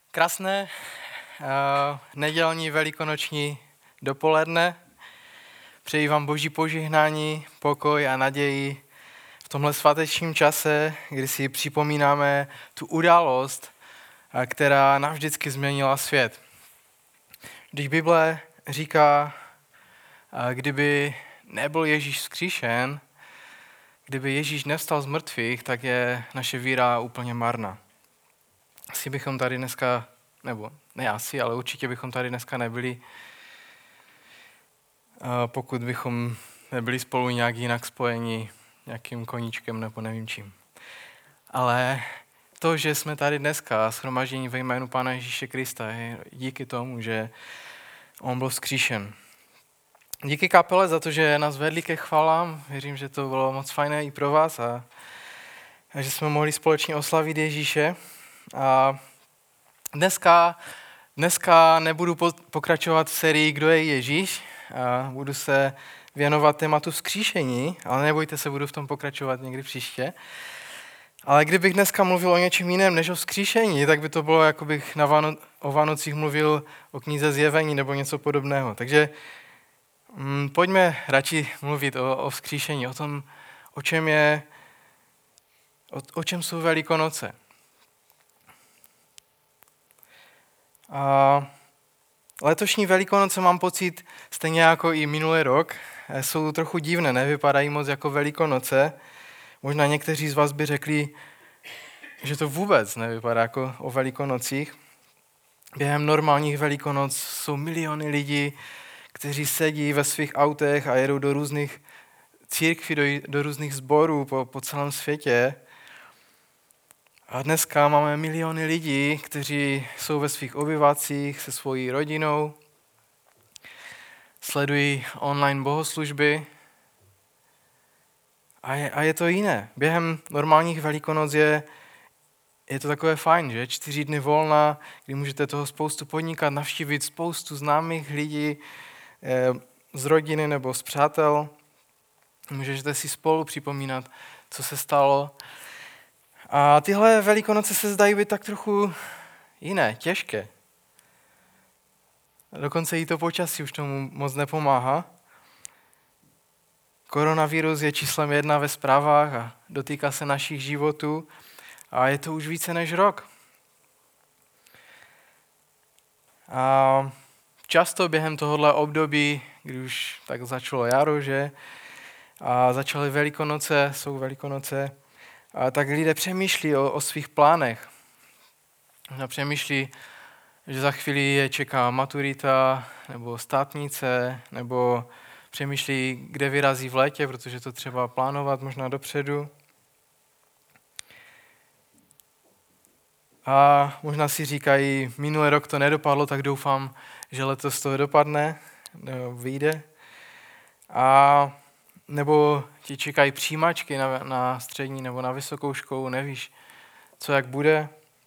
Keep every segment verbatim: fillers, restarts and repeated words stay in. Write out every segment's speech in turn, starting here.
Krásné uh, nedělní velikonoční dopoledne. Přeji vám Boží požehnání, pokoj a naději v tomhle svátečním čase, kdy si připomínáme tu událost, uh, která navždycky změnila svět. Když Bible říká, uh, kdyby nebyl Ježíš vzkříšen, kdyby Ježíš nevstal z mrtvých, tak je naše víra úplně marná. Asi bychom tady dneska, nebo ne asi, ale určitě bychom tady dneska nebyli, pokud bychom nebyli spolu nějak jinak spojeni nějakým koníčkem nebo nevím čím. Ale to, že jsme tady dneska shromaždění ve jménu Pána Ježíše Krista, je díky tomu, že on byl vzkříšen. Díky kapele za to, že nás vedli ke chvalám. Věřím, že to bylo moc fajné i pro vás a, a že jsme mohli společně oslavit Ježíše. A dneska, dneska nebudu pokračovat v sérii Kdo je Ježíš. A budu se věnovat tématu vzkříšení, ale nebojte se, budu v tom pokračovat někdy příště. Ale kdybych dneska mluvil o něčem jiném než o vzkříšení, tak by to bylo, jako bych na Váno- o Vánocích mluvil o knize Zjevení nebo něco podobného. Takže mm, pojďme radši mluvit o, o vzkříšení, o tom, o čem je, o, o čem jsou Velikonoce. A letošní Velikonoce, mám pocit, stejně jako i minulý rok, jsou trochu divné, nevypadají moc jako Velikonoce. Možná někteří z vás by řekli, že to vůbec nevypadá jako o Velikonocích. Během normálních Velikonoc jsou miliony lidí, kteří sedí ve svých autech a jedou do různých církví, do, do různých sborů po, po celém světě. A dneska máme miliony lidí, kteří jsou ve svých obyvacích se svojí rodinou, sledují online bohoslužby a je, a je to jiné. Během normálních Velikonoc je, je to takové fajn, že? Čtyři dny volna, kdy můžete toho spoustu podnikat, navštívit spoustu známých lidí eh, z rodiny nebo z přátel. Můžete si spolu připomínat, co se stalo. A tyhle Velikonoce se zdají být tak trochu jiné, těžké. Dokonce i to počasí už tomu moc nepomáhá. Koronavirus je číslem jedna ve zprávách a dotýká se našich životů a je to už více než rok. A často během tohohle období, kdy už tak začalo jaro, že? A začaly Velikonoce, jsou Velikonoce, a tak lidé přemýšlí o, o svých plánech. Přemýšlí, že za chvíli je čeká maturita nebo státnice, nebo přemýšlí, kde vyrazí v létě, protože to třeba plánovat možná dopředu. A možná si říkají, minulý rok to nedopadlo, tak doufám, že letos to dopadne, vyjde. A nebo ti čekají přijímačky na, na střední nebo na vysokou školu, nevíš, co jak bude.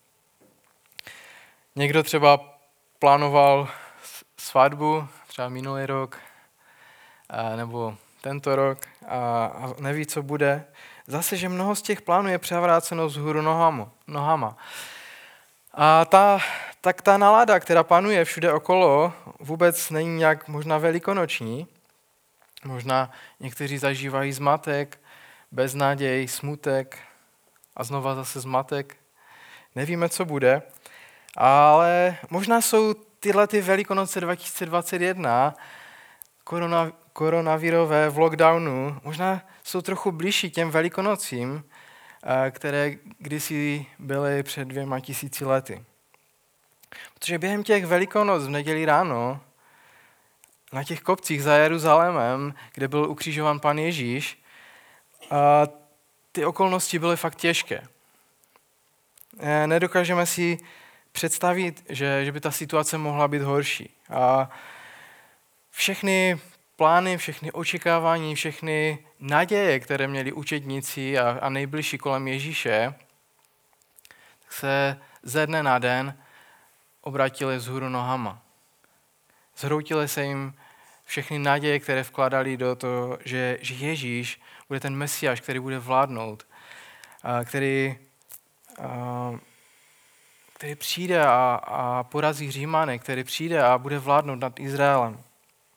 Někdo třeba plánoval svatbu, třeba minulý rok, a, nebo tento rok a, a neví, co bude. Zase, že mnoho z těch plánů je převráceno vzhůru nohama. nohama. A ta, tak ta nálada, která panuje všude okolo, vůbec není nějak možná velikonoční. Možná někteří zažívají zmatek, beznaděj, smutek a znova zase zmatek. Nevíme, co bude, ale možná jsou tyhle ty Velikonoce dva tisíce dvacet jedna, korona, koronavirové v lockdownu, možná jsou trochu blížší těm Velikonocím, které kdysi byly před dvěma tisíci lety. Protože během těch Velikonoc v neděli ráno na těch kopcích za Jeruzalémem, kde byl ukřižován Pán Ježíš, a ty okolnosti byly fakt těžké. Nedokážeme si představit, že, že by ta situace mohla být horší. A všechny plány, všechny očekávání, všechny naděje, které měli učedníci a, a nejbližší kolem Ježíše, tak se ze dne na den obrátili vzhůru nohama. Zhroutily se jim všechny naděje, které vkladali do toho, že, že Ježíš bude ten Mesiáš, který bude vládnout, a který, a, který přijde a, a porazí Římany, který přijde a bude vládnout nad Izraelem.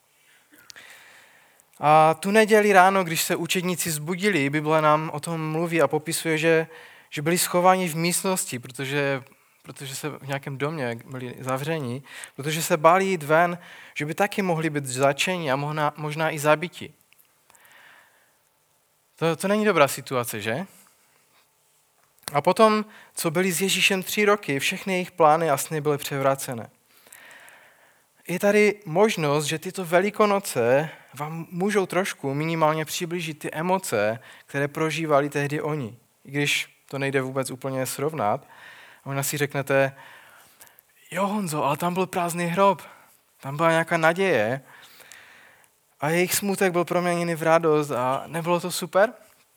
A tu neděli ráno, když se učedníci zbudili, Bible nám o tom mluví a popisuje, že, že byli schováni v místnosti, protože, protože se v nějakém domě byli zavření, protože se báli jít ven, že by taky mohli být zatčeni a možná, možná i zabiti. To, to není dobrá situace, že? A potom, co byli s Ježíšem tři roky, všechny jejich plány a sny byly převrácené. Je tady možnost, že tyto Velikonoce vám můžou trošku minimálně přiblížit ty emoce, které prožívali tehdy oni. I když to nejde vůbec úplně srovnat. A možná si řeknete, jo Honzo, ale tam byl prázdný hrob, tam byla nějaká naděje a jejich smutek byl proměněný v radost a nebylo to super?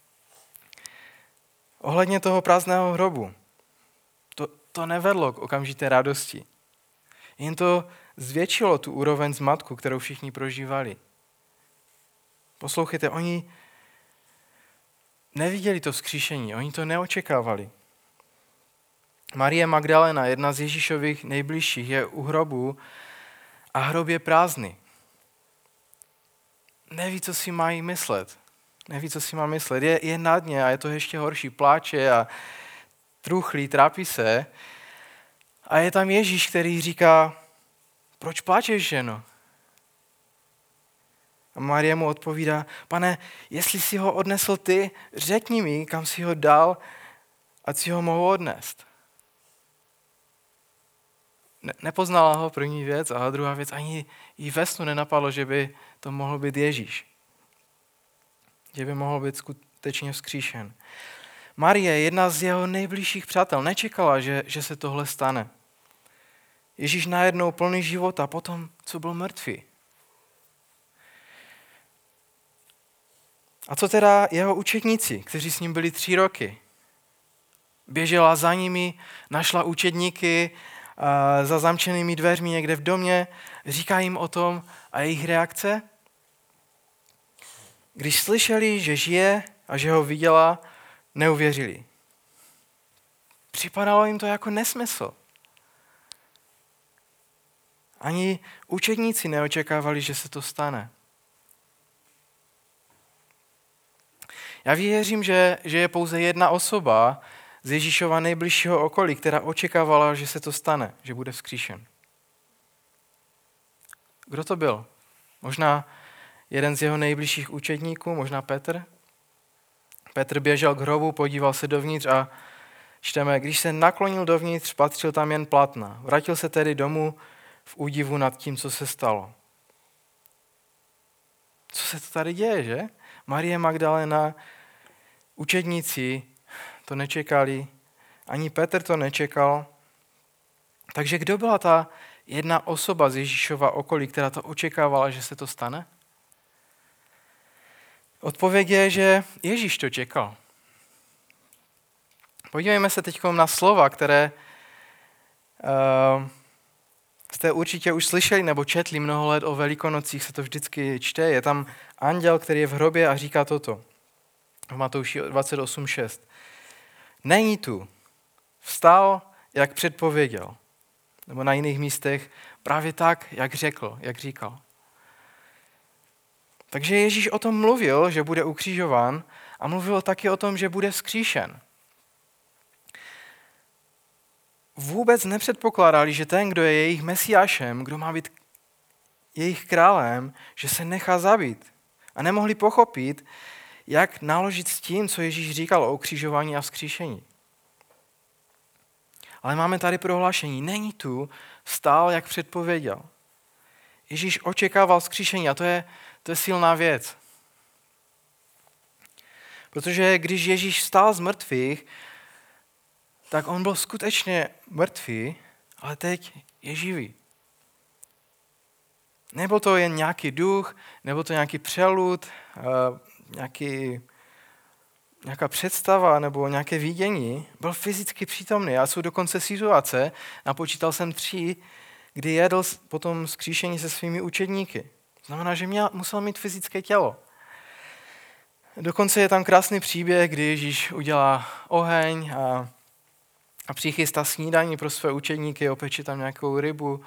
Ohledně toho prázdného hrobu, to, to nevedlo k okamžité radosti. Jen to zvětšilo tu úroveň zmatku, kterou všichni prožívali. Poslouchejte, oni neviděli to vzkříšení, oni to neočekávali. Marie Magdalena, jedna z Ježíšových nejbližších, je u hrobu a hrob je prázdný. Neví, co si mají myslet. Neví, co si má myslet. Je, je na dně a je to ještě horší. Pláče a truchlí, trápí se. A je tam Ježíš, který říká, proč pláčeš, ženo? A Marie mu odpovídá, pane, jestli si ho odnesl ty, řekni mi, kam si ho dal, ať si ho mohu odnést. Ne, nepoznala ho, první věc, a druhá věc, ani jí ve snu nenapadlo, že by to mohl být Ježíš. Že by mohl být skutečně vzkříšen. Marie, jedna z jeho nejbližších přátel, nečekala, že, že se tohle stane. Ježíš najednou plný života, potom, co byl mrtvý. A co teda jeho učedníci, kteří s ním byli tři roky? Běžela za nimi, našla učedníky za zamčenými dveřmi někde v domě, říká jim o tom a jejich reakce? Když slyšeli, že žije a že ho viděla, neuvěřili. Připadalo jim to jako nesmysl. Ani učedníci neočekávali, že se to stane. Já věřím, že, že je pouze jedna osoba z Ježíšova nejbližšího okolí, která očekávala, že se to stane, že bude vzkříšen. Kdo to byl? Možná jeden z jeho nejbližších učedníků, možná Petr? Petr běžel k hrobu, podíval se dovnitř a čteme, když se naklonil dovnitř, spatřil tam jen plátna. Vrátil se tedy domů v údivu nad tím, co se stalo. Co se to tady děje, že? Marie Magdalena, učedníci to nečekali, ani Petr to nečekal. Takže kdo byla ta jedna osoba z Ježíšova okolí, která to očekávala, že se to stane? Odpověď je, že Ježíš to čekal. Podívejme se teď na slova, které uh, jste určitě už slyšeli nebo četli mnoho let o Velikonocích, se to vždycky čte. Je tam anděl, který je v hrobě a říká toto. V Matouši dvacet osm šest. Není tu. Vstal, jak předpověděl. Nebo na jiných místech právě tak, jak řekl, jak říkal. Takže Ježíš o tom mluvil, že bude ukřižován a mluvil taky o tom, že bude vzkříšen. Vůbec nepředpokládali, že ten, kdo je jejich mesiášem, kdo má být jejich králem, že se nechá zabít. A nemohli pochopit, jak naložit s tím, co Ježíš říkal o ukřižování a vzkříšení. Ale máme tady prohlášení, není tu, vstal, jak předpověděl. Ježíš očekával vzkříšení a to je, to je silná věc. Protože když Ježíš vstal z mrtvých, tak on byl skutečně mrtvý, ale teď je živý. Nebyl to jen nějaký duch, nebyl to nějaký přelud, nějaký, nějaká představa nebo nějaké vidění. Byl fyzicky přítomný. A jsou dokonce situace, napočítal jsem tři, kdy jedl potom vzkříšení se svými učedníky. Znamená, že měl, musel mít fyzické tělo. Dokonce je tam krásný příběh, kdy Ježíš udělá oheň a a přichystá snídaní pro své učedníky, opeče tam nějakou rybu.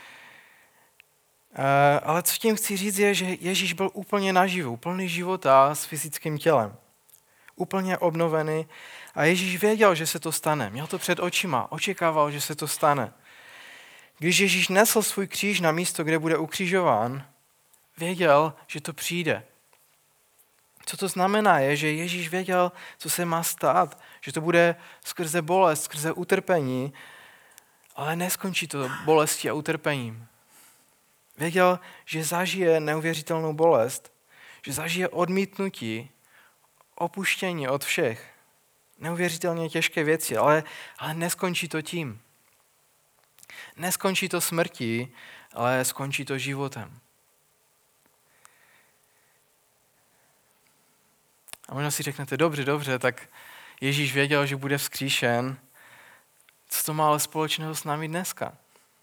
Ale co tím chci říct je, že Ježíš byl úplně naživu, plný života s fyzickým tělem. Úplně obnovený a Ježíš věděl, že se to stane. Měl to před očima, očekával, že se to stane. Když Ježíš nesl svůj kříž na místo, kde bude ukřižován, věděl, že to přijde. Co to znamená je, že Ježíš věděl, co se má stát, že to bude skrze bolest, skrze utrpení, ale neskončí to bolestí a utrpením. Věděl, že zažije neuvěřitelnou bolest, že zažije odmítnutí, opuštění od všech. Neuvěřitelně těžké věci, ale, ale neskončí to tím. Neskončí to smrtí, ale skončí to životem. A možná si řeknete, dobře, dobře, tak Ježíš věděl, že bude vzkříšen. Co to má ale společného s námi dneska?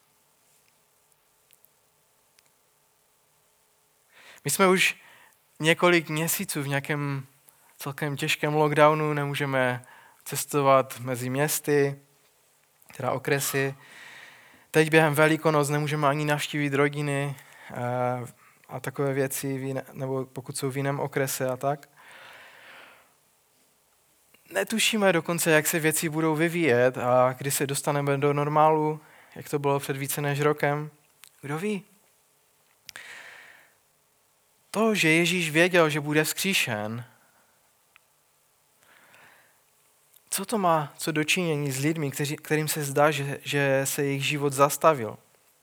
My jsme už několik měsíců v nějakém celkem těžkém lockdownu, nemůžeme cestovat mezi městy, teda okresy. Teď během Velikonoc nemůžeme ani navštívit rodiny a takové věci, nebo pokud jsou v jiném okrese a tak. Netušíme dokonce, jak se věci budou vyvíjet a kdy se dostaneme do normálu, jak to bylo před více než rokem. Kdo ví? To, že Ježíš věděl, že bude vzkříšen, co to má co dočinění s lidmi, kteří, kterým se zdá, že, že se jejich život zastavil?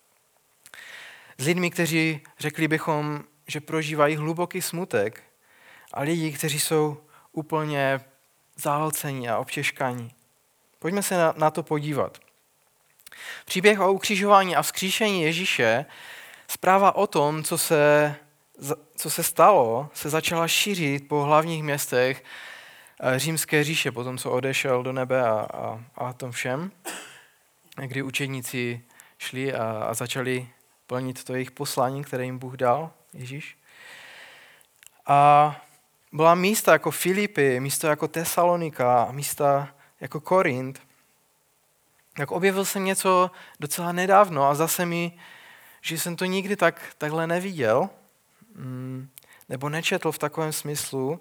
S lidmi, kteří řekli bychom, že prožívají hluboký smutek a lidi, kteří jsou úplně zahlcení a obtěžkaní. Pojďme se na, na to podívat. Příběh o ukřižování a vzkříšení Ježíše, zpráva o tom, co se, co se stalo, se začala šířit po hlavních městech Římské říše, po tom, co odešel do nebe a, a, a tom všem, kdy učedníci šli a, a začali plnit to jejich poslání, které jim Bůh dal, Ježíš. A byla místa jako Filipy, místa jako Tesalonika, místa jako Korint. Tak objevil jsem něco docela nedávno a zase mi, že jsem to nikdy tak, takhle neviděl, nebo nečetl v takovém smyslu.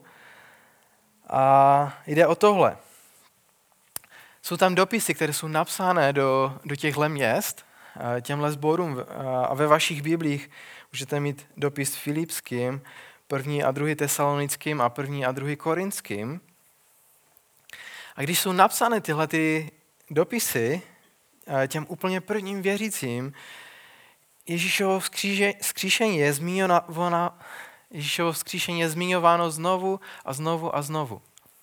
A jde o tohle. Jsou tam dopisy, které jsou napsané do, do těchto měst, těmhle sborům a ve vašich biblích můžete mít dopis Filipským, první a druhý Tesalonickým a první a druhý Korinským. A když jsou napsané tyhle ty dopisy těm úplně prvním věřícím, Ježíšovo vzkříšení je zmiňováno, Ježíšovo vzkříšení je zmiňováno znovu a znovu a znovu.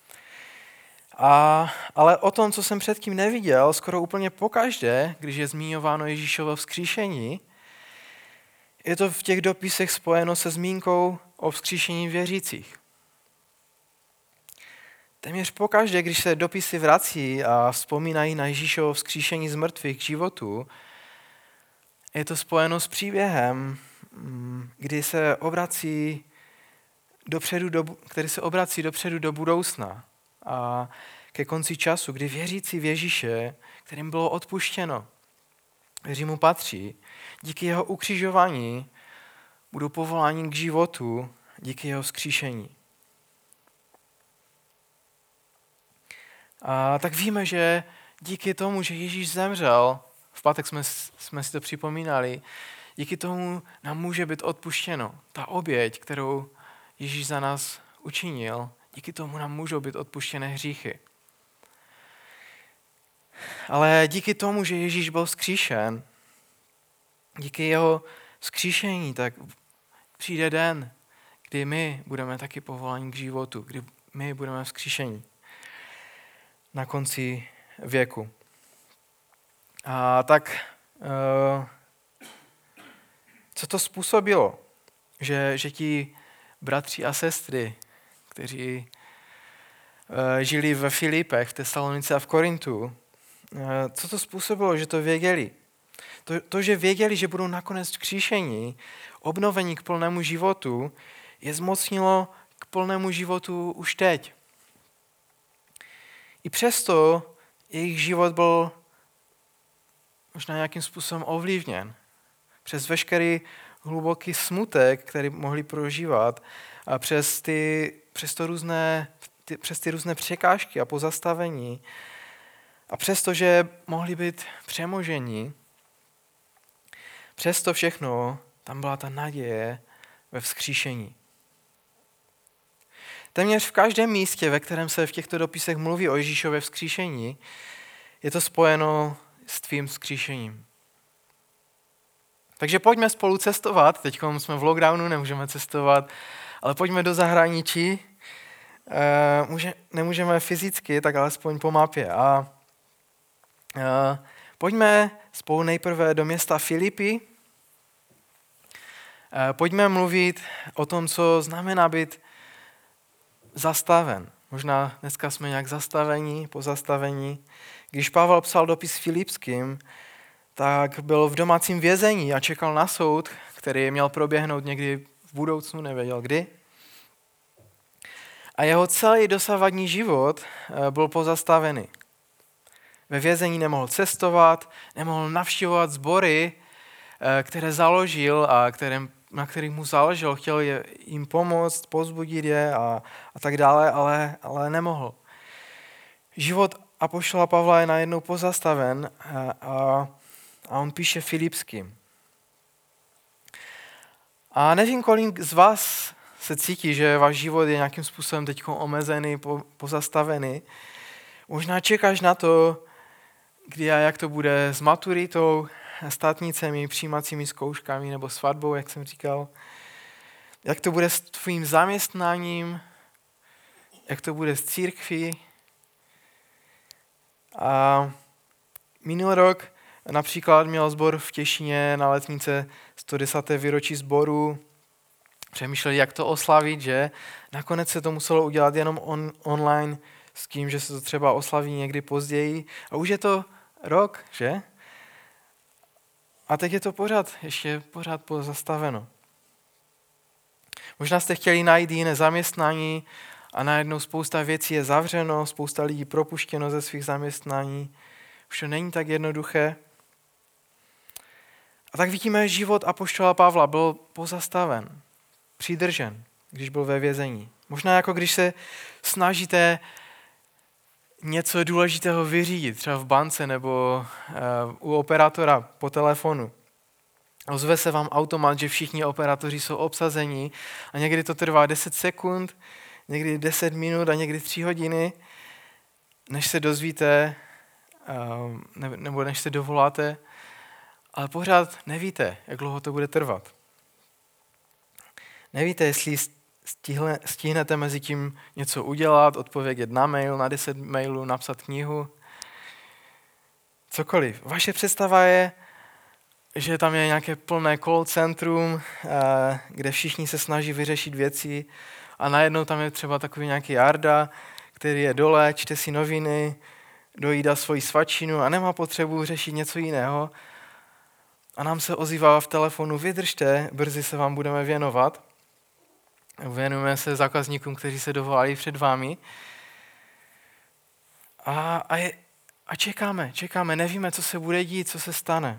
A, ale o tom, co jsem předtím neviděl, skoro úplně pokaždé, když je zmiňováno Ježíšovo vzkříšení, je to v těch dopisech spojeno se zmínkou o vzkříšení věřících. Téměř pokaždé, když se dopisy vrací a vzpomínají na Ježíšovo vzkříšení z mrtvých k životu, je to spojeno s příběhem, kdy se obrací dopředu do, který se obrací dopředu do budoucna a ke konci času, kdy věřící v Ježíše, kterým bylo odpuštěno, kteří mu patří, díky jeho ukřižování budou povoláni k životu díky jeho vzkříšení. A tak víme, že díky tomu, že Ježíš zemřel, v pátek jsme, jsme si to připomínali, díky tomu nám může být odpuštěno. Ta oběť, kterou Ježíš za nás učinil, díky tomu nám můžou být odpuštěné hříchy. Ale díky tomu, že Ježíš byl vzkříšen, díky jeho vzkříšení, tak přijde den, kdy my budeme taky povoláni k životu, kdy my budeme vzkříšeni na konci věku. A tak, co to způsobilo, že, že ti bratři a sestry, kteří žili ve Filipech, v Tesalonice a v Korintu, co to způsobilo, že to věděli? To, to, že věděli, že budou nakonec vzkříšení, obnovení k plnému životu, je zmocnilo k plnému životu už teď. I přesto, jejich život byl možná nějakým způsobem ovlivněn. Přes veškerý hluboký smutek, který mohli prožívat, a přes ty, přes to různé, ty, přes ty různé překážky a pozastavení, a přesto, že mohli být přemoženi, přesto všechno tam byla ta naděje ve vzkříšení. Téměř v každém místě, ve kterém se v těchto dopisech mluví o Ježíšově vzkříšení, je to spojeno s tvým vzkříšením. Takže pojďme spolu cestovat. Teď jsme v lockdownu, nemůžeme cestovat, ale pojďme do zahraničí. E, může, nemůžeme fyzicky, tak alespoň po mapě. A e, pojďme spolu nejprve do města Filipy. E, pojďme mluvit o tom, co znamená být zastaven. Možná dneska jsme nějak zastavení, pozastavení. Když Pavel psal dopis Filipským, tak byl v domácím vězení a čekal na soud, který měl proběhnout někdy v budoucnu, nevěděl kdy. A jeho celý dosavadní život byl pozastavený. Ve vězení nemohl cestovat, nemohl navštěvovat sbory, které založil a kterým, na kterých mu záleželo. Chtěl je, jim pomoct, povzbudit je a, a tak dále, ale, ale nemohl. Život apoštola Pavla je najednou pozastaven a, a A on píše Filipským. A nevím, kolik z vás se cítí, že váš život je nějakým způsobem teď omezený, pozastavený. Možná čekáš na to, kdy a jak to bude s maturitou, státnicemi, přijímacími zkouškami nebo svatbou, jak jsem říkal. Jak to bude s tvým zaměstnáním, jak to bude s církví. A minulý rok například měl sbor v Těšíně na Letnice sto desáté výročí sboru. Přemýšleli, jak to oslavit, že? Nakonec se to muselo udělat jenom on, online s tím, že se to třeba oslaví někdy později. A už je to rok, že? A teď je to pořád, ještě pořád pozastaveno. Možná jste chtěli najít jiné zaměstnání a najednou spousta věcí je zavřeno, spousta lidí propuštěno ze svých zaměstnání. Už to není tak jednoduché. A tak vidíme, že život apoštola Pavla byl pozastaven, přidržen, když byl ve vězení. Možná jako když se snažíte něco důležitého vyřídit, třeba v bance nebo uh, u operátora po telefonu. Ozve se vám automat, že všichni operátoři jsou obsazení a někdy to trvá deset sekund, někdy deset minut a někdy tři hodiny, než se dozvíte, uh, ne, nebo než se dovoláte, ale pořád nevíte, jak dlouho to bude trvat. Nevíte, jestli stihle, stihnete mezi tím něco udělat, odpovědět na mail, na deset mailů, napsat knihu. Cokoliv. Vaše představa je, že tam je nějaké plné call centrum, kde všichni se snaží vyřešit věci a najednou tam je třeba takový nějaký Jarda, který je dole, čte si noviny, dojídá svoji svačinu a nemá potřebu řešit něco jiného. A nám se ozývá v telefonu, vydržte, brzy se vám budeme věnovat. Věnujeme se zákazníkům, kteří se dovolali před vámi. A, a, je, a čekáme, čekáme, nevíme, co se bude dít, co se stane.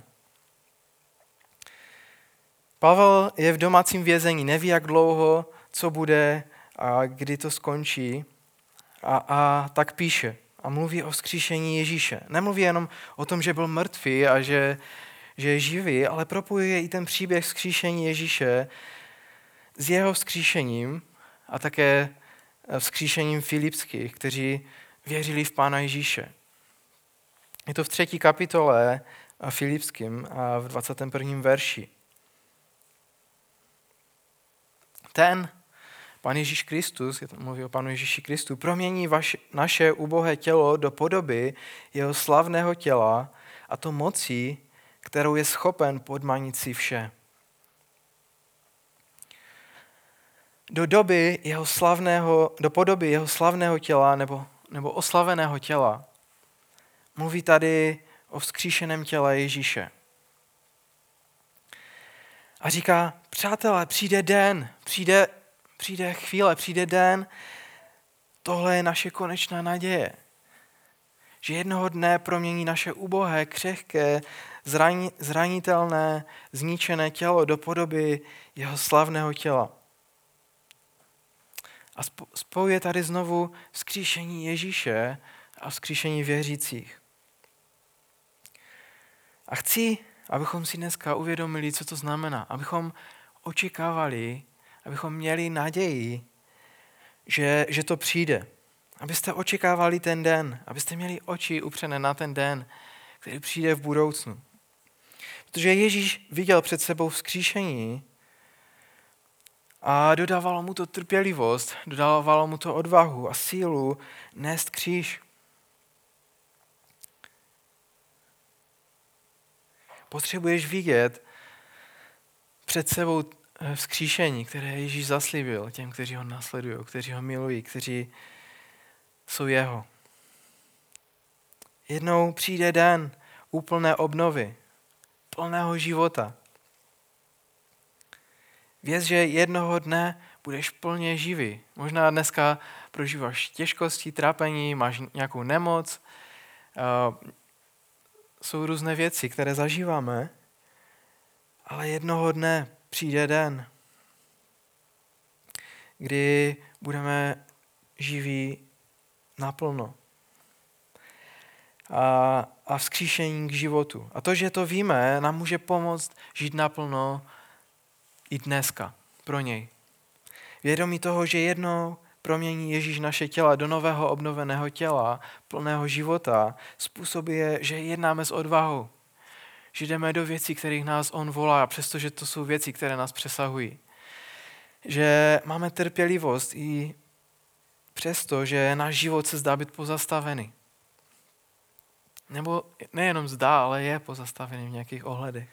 Pavel je v domácím vězení, neví, jak dlouho, co bude a kdy to skončí. A, a tak píše a mluví o vzkříšení Ježíše. Nemluví jenom o tom, že byl mrtvý a že že je živý, ale propojuje i ten příběh vzkříšení Ježíše s jeho vzkříšením a také vzkříšením Filipských, kteří věřili v Pána Ježíše. Je to v třetí kapitole Filipským a v dvacátém prvním verši. Ten, Pán Ježíš Kristus, je to mluví o Pánu Ježíši Kristu, promění vaše, naše ubohé tělo do podoby jeho slavného těla a to mocí, kterou je schopen podmanit si vše. Do doby jeho slavného, do podoby jeho slavného těla nebo, nebo oslaveného těla mluví tady o vzkříšeném těle Ježíše. A říká, přátelé, přijde den, přijde, přijde chvíle, přijde den, tohle je naše konečná naděje. že jednoho dne promění naše ubohé, křehké, zranitelné, zničené tělo do podoby jeho slavného těla. A spojuje tady znovu vzkříšení Ježíše a vzkříšení věřících. A chci, abychom si dneska uvědomili, co to znamená. Abychom očekávali, abychom měli naději, že, že to přijde. Abyste očekávali ten den, abyste měli oči upřené na ten den, který přijde v budoucnu. Protože Ježíš viděl před sebou vzkříšení a dodávalo mu to trpělivost, dodávalo mu to odvahu a sílu nést kříž. Potřebuješ vidět před sebou vzkříšení, které Ježíš zaslíbil těm, kteří ho následují, kteří ho milují, kteří jsou jeho. Jednou přijde den úplné obnovy, plného života. Věz, že jednoho dne budeš plně živý. Možná dneska prožíváš těžkosti, trápení, máš nějakou nemoc. Jsou různé věci, které zažíváme, ale jednoho dne přijde den, kdy budeme živí naplno. A, a vzkříšení k životu. A to, že to víme, nám může pomoct žít naplno i dneska pro něj. Vědomí toho, že jednou promění Ježíš naše těla do nového obnoveného těla, plného života, způsobuje, že jednáme s odvahou. Že jdeme do věcí, kterých nás on volá, přestože to jsou věci, které nás přesahují. Že máme trpělivost i přesto, že náš život se zdá být pozastavený. Nebo nejenom zdá, ale je pozastavený v nějakých ohledech.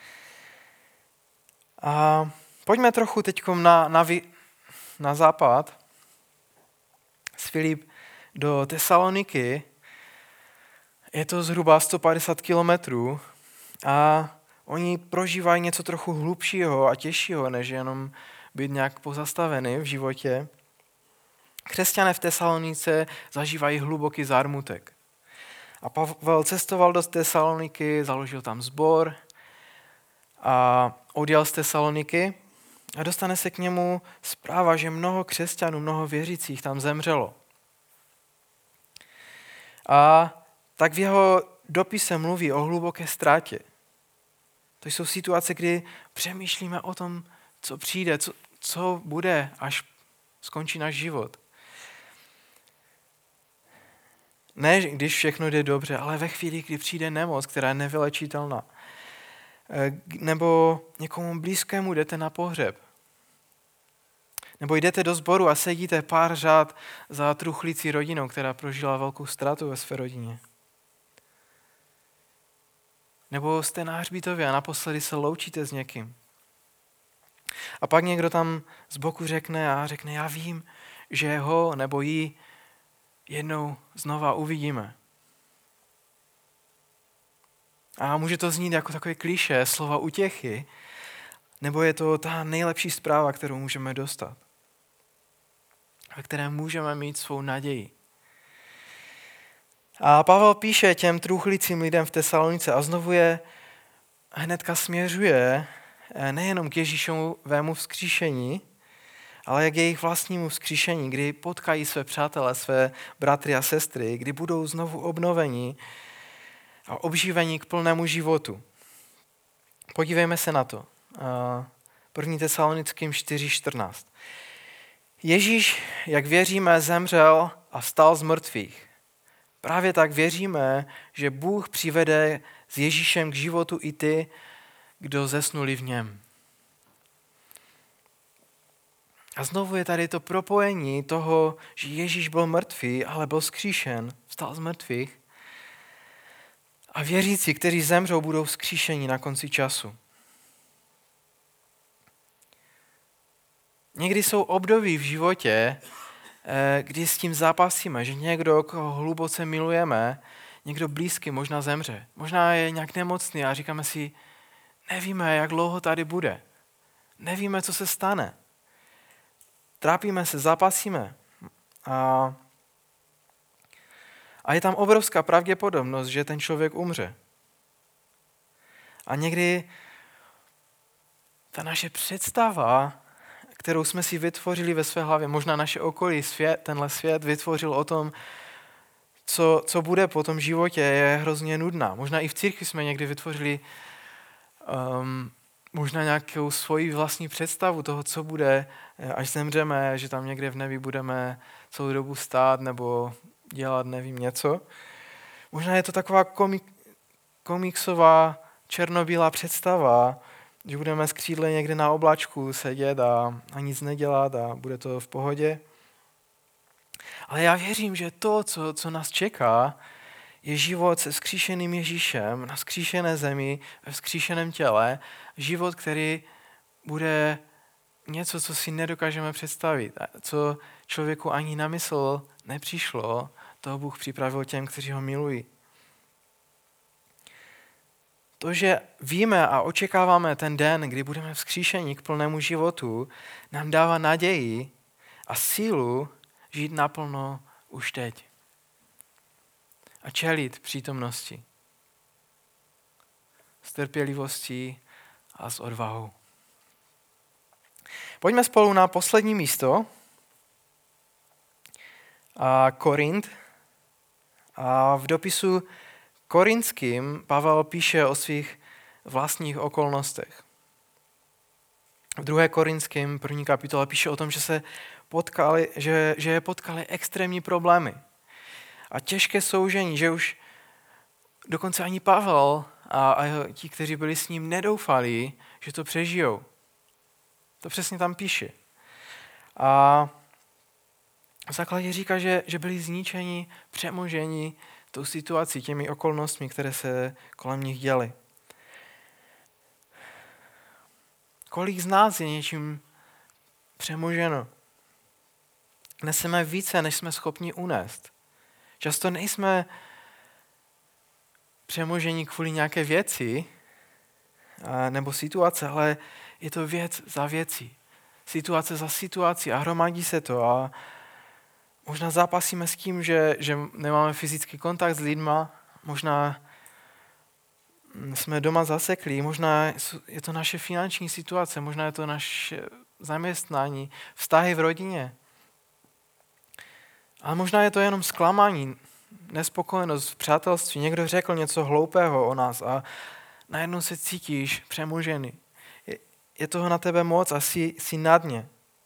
A pojďme trochu teď na, na, na západ. Z Filip do Tesaloniky. Je to zhruba sto padesát kilometrů a oni prožívají něco trochu hlubšího a těžšího, než jenom být nějak pozastavený v životě. Křesťané v Tesalonice zažívají hluboký zármutek. A Pavel cestoval do Tesaloniky, založil tam sbor a odjel z Tesaloniky a dostane se k němu zpráva, že mnoho křesťanů, mnoho věřících tam zemřelo. A tak v jeho dopise mluví o hluboké ztrátě. To jsou situace, kdy přemýšlíme o tom, co přijde, co, co bude, až skončí náš život. Ne, když všechno jde dobře, ale ve chvíli, kdy přijde nemoc, která je nevylečitelná. Nebo někomu blízkému jdete na pohřeb. Nebo jdete do sboru a sedíte pár řád za truchlící rodinou, která prožila velkou ztrátu ve své rodině. Nebo jste na hřbitově a naposledy se loučíte s někým. A pak někdo tam z boku řekne a řekne, já vím, že ho nebo jí jednou znova uvidíme. A může to znít jako takové klišé, slova utěchy, nebo je to ta nejlepší zpráva, kterou můžeme dostat, ve které můžeme mít svou naději. A Pavel píše těm truchlícím lidem v Tesalonice a znovu je hnedka směřuje nejenom k Ježíšovému vzkříšení, ale k jejich vlastnímu vzkříšení, kdy potkají své přátelé, své bratry a sestry, kdy budou znovu obnoveni a obživení k plnému životu. Podívejme se na to. první Tesalonickým čtyři čtrnáct. Ježíš, jak věříme, zemřel a vstal z mrtvých. Právě tak věříme, že Bůh přivede s Ježíšem k životu i ty, kdo zesnuli v něm. A znovu je tady to propojení toho, že Ježíš byl mrtvý, ale byl vzkříšen, vstal z mrtvých. A věřící, kteří zemřou, budou vzkříšeni na konci času. Někdy jsou období v životě, kdy s tím zápasíme, že někdo, koho hluboce milujeme, někdo blízký možná zemře. Možná je nějak nemocný a říkáme si, nevíme, jak dlouho tady bude. Nevíme, co se stane. Trápíme se, zápasíme. A, A je tam obrovská pravděpodobnost, že ten člověk umře. A někdy ta naše představa, kterou jsme si vytvořili ve své hlavě, možná naše okolí, svět, tenhle svět vytvořil o tom, co, co bude po tom životě, je hrozně nudná. Možná i v církvi jsme někdy vytvořili um, možná nějakou svoji vlastní představu toho, co bude, až zemřeme, že tam někde v nebi budeme celou dobu stát nebo dělat nevím něco. Možná je to taková komik, komiksová černobílá představa, že budeme z křídle někde na oblačku sedět a, a nic nedělat a bude to v pohodě. Ale já věřím, že to, co, co nás čeká, je život se vzkříšeným Ježíšem na vzkříšené zemi, ve vzkříšeném těle. Život, který bude něco, co si nedokážeme představit, co člověku ani na mysl nepřišlo, toho Bůh připravil těm, kteří ho milují. To, že víme a očekáváme ten den, kdy budeme vzkříšeni k plnému životu, nám dává naději a sílu žít naplno už teď. A čelit přítomnosti. S trpělivostí a s odvahou. Pojďme spolu na poslední místo. A Korint. A v dopisu Korinským Pavel píše o svých vlastních okolnostech. V druhé Korinským první kapitole píše o tom, že se potkali, že, že je potkali extrémní problémy a těžké soužení, že už dokonce ani Pavel a, a ti, kteří byli s ním, nedoufali, že to přežijou. To přesně tam píše. A v základě říká, že, že byli zničeni, přemoženi tou situací, těmi okolnostmi, které se kolem nich děly. Kolik z nás je něčím přemoženo? Neseme více, než jsme schopni unést. Často nejsme přemoženi kvůli nějaké věci nebo situace, ale je to věc za věcí. Situace za situací a hromadí se to a možná zápasíme s tím, že, že nemáme fyzický kontakt s lidma, možná jsme doma zaseklí, možná je to naše finanční situace, možná je to naše zaměstnání, vztahy v rodině. Ale možná je to jenom zklamání, nespokojenost v přátelství. Někdo řekl něco hloupého o nás a najednou se cítíš přemožený. Je, je toho na tebe moc a jsi, jsi na dně.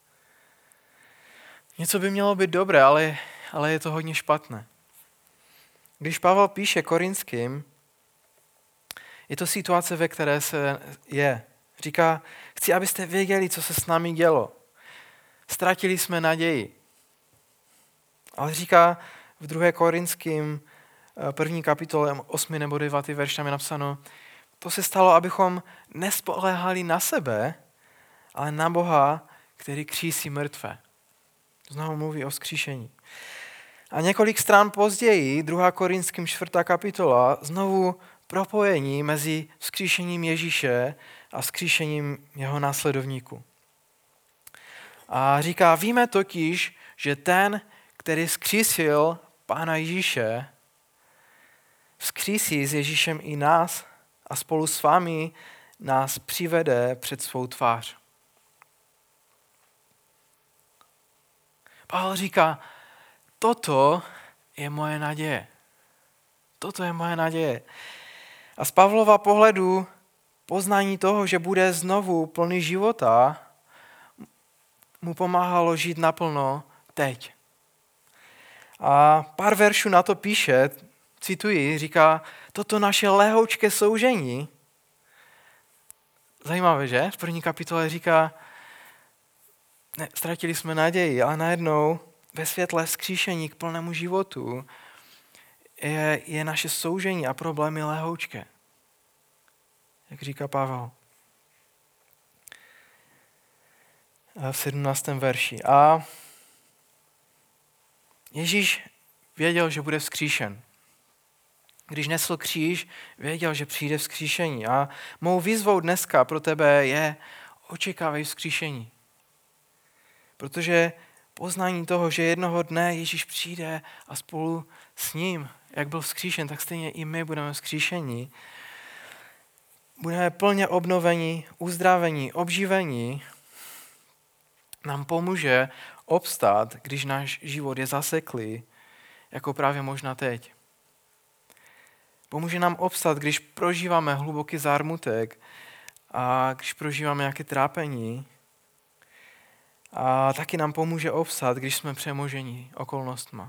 Něco by mělo být dobré, ale, ale je to hodně špatné. Když Pavel píše Korinským, je to situace, ve které se je. Říká, chci, abyste věděli, co se s námi dělo. Ztratili jsme naději. Ale říká v druhé Korinským první kapitole osmý nebo devátý verš, tam je napsáno, to se stalo, abychom nespoléhali na sebe, ale na Boha, který křísí mrtvé. Znovu mluví o vzkříšení. A několik stran později, druhá Korinským čtvrtá kapitola, znovu propojení mezi vzkříšením Ježíše a vzkříšením jeho následovníků. A říká, víme totiž, že ten, který vzkřísil Pána Ježíše, vzkřísí s Ježíšem i nás a spolu s vámi nás přivede před svou tvář. Pavel říká, toto je moje naděje. Toto je moje naděje. A z Pavlova pohledu poznání toho, že bude znovu plný života, mu pomáhalo žít naplno teď. A pár veršů na to píše, cituji, říká, toto naše lehoučké soužení, zajímavé, že? V první kapitole říká, ne, ztratili jsme naději, ale najednou ve světle vzkříšení k plnému životu je, je naše soužení a problémy lehoučké. Jak říká Pavel. V sedmnáctém verši. A Ježíš věděl, že bude vzkříšen. Když nesl kříž, věděl, že přijde vzkříšení. A mou výzvou dneska pro tebe je očekávej vzkříšení. Protože Poznání toho, že jednoho dne Ježíš přijde a spolu s ním, jak byl vzkříšen, tak stejně i my budeme vzkříšeni. Budeme plně obnovení, uzdravení, obživení. Nám pomůže obstát, když náš život je zaseklý, jako právě možná teď. Pomůže nám obstát, když prožíváme hluboký zármutek a když prožíváme nějaké trápení. A taky nám pomůže obstát, když jsme přemoženi okolnostma.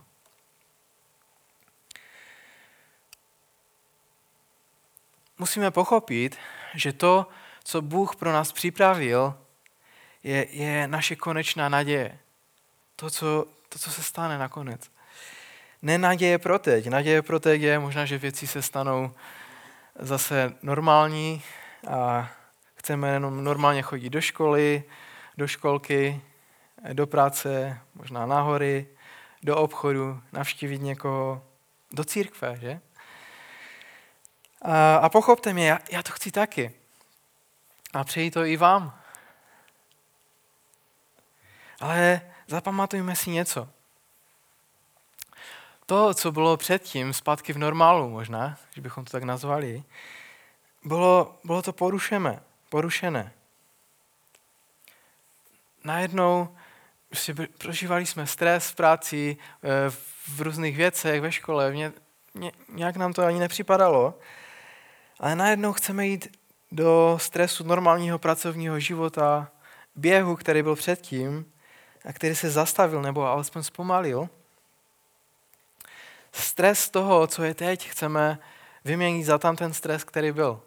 Musíme pochopit, že to, co Bůh pro nás připravil, je, je naše konečná naděje. To co, to, co se stane nakonec. Ne naděje pro teď. Naděje pro teď je možná, že věci se stanou zase normální a chceme jenom normálně chodit do školy, do školky, do práce, možná na hory, do obchodu, navštívit někoho, do církve, že? A, a pochopte mě, já, já to chci taky. A přeji to i vám. Ale zapamatujme si něco. To, co bylo předtím, zpátky v normálu možná, že bychom to tak nazvali, bylo, bylo to porušené. porušené. Najednou si prožívali jsme stres v práci, v různých věcech, ve škole, mě, mě, nějak nám to ani nepřipadalo, ale najednou chceme jít do stresu normálního pracovního života, běhu, který byl předtím a který se zastavil nebo alespoň zpomalil. Stres toho, co je teď, chceme vyměnit za tam ten stres, který byl.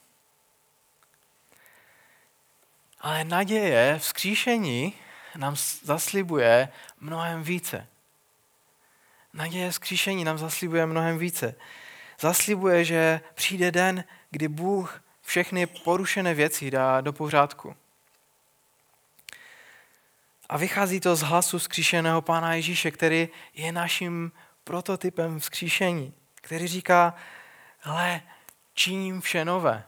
Ale naděje, vzkříšení nám zaslibuje mnohem více. Naděje vzkříšení nám zaslibuje mnohem více. Zaslibuje, že přijde den, kdy Bůh všechny porušené věci dá do pořádku. A vychází to z hlasu vzkříšeného Pána Ježíše, který je naším prototypem vzkříšení, který říká, hle, činím vše nové.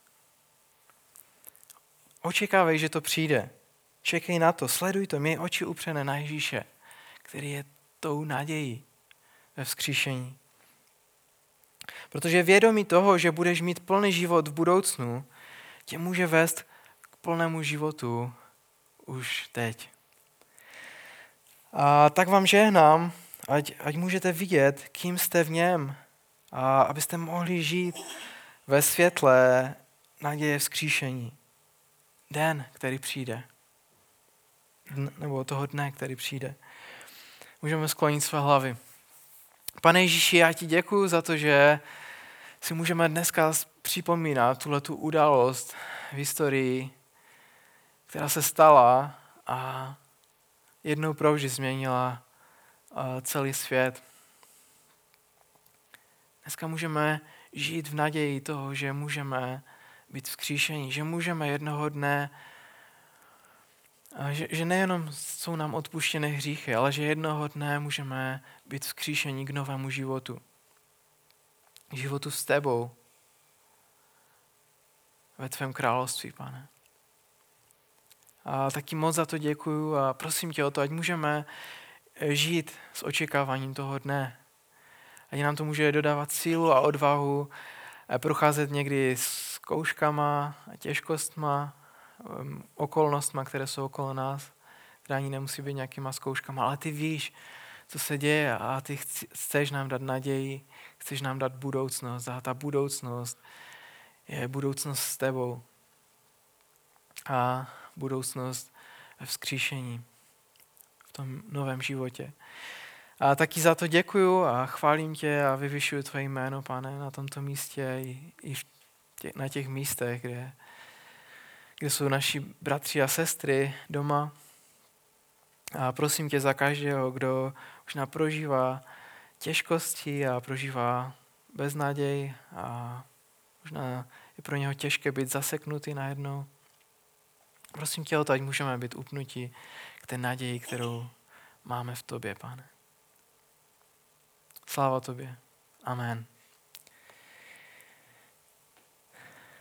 Očekávej, že to přijde. Čekej na to, sleduj to, měj oči upřené na Ježíše, který je tou nadějí ve vzkříšení. Protože vědomí toho, že budeš mít plný život v budoucnu, tě může vést k plnému životu už teď. A tak vám žehnám, ať, ať můžete vidět, kým jste v něm a abyste mohli žít ve světle naděje vzkříšení. Den, který přijde. Nebo toho dne, který přijde. Můžeme sklonit své hlavy. Pane Ježíši, já ti děkuju za to, že si můžeme dneska připomínat tuhletu událost v historii, která se stala a jednou provždy změnila celý svět. Dneska můžeme žít v naději toho, že můžeme být vzkříšení, že můžeme jednoho dne, že, že nejenom jsou nám odpuštěné hříchy, ale že jednoho dne můžeme být vzkříšení k novému životu. K životu s tebou ve tvém království, Pane. A taky moc za to děkuju a prosím tě o to, ať můžeme žít s očekáváním toho dne. Ať nám to může dodávat sílu a odvahu procházet někdy zkouškama a těžkostma, okolnostma, které jsou okolo nás, které ani nemusí být nějakýma zkouškama, ale ty víš, co se děje a ty chceš nám dát naději, chceš nám dát budoucnost a ta budoucnost je budoucnost s tebou a budoucnost ve vzkříšení, v tom novém životě. A taky za to děkuju a chválím tě a vyvyšuju tvoje jméno, Pane, na tomto místě i, i v tě, na těch místech, kde, kde jsou naši bratři a sestry doma. A prosím tě za každého, kdo už prožívá těžkosti a prožívá beznaděj a možná je pro něho těžké být zaseknutý najednou. Prosím tě o to, ať můžeme být upnutí k té naději, kterou máme v tobě, Pane. Sláva tobě. Amen.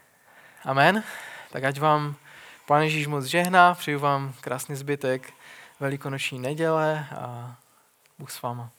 Amen. Tak ať vám Pán Ježíš moc žehná, přeju vám krásný zbytek velikonoční neděle a Bůh s váma.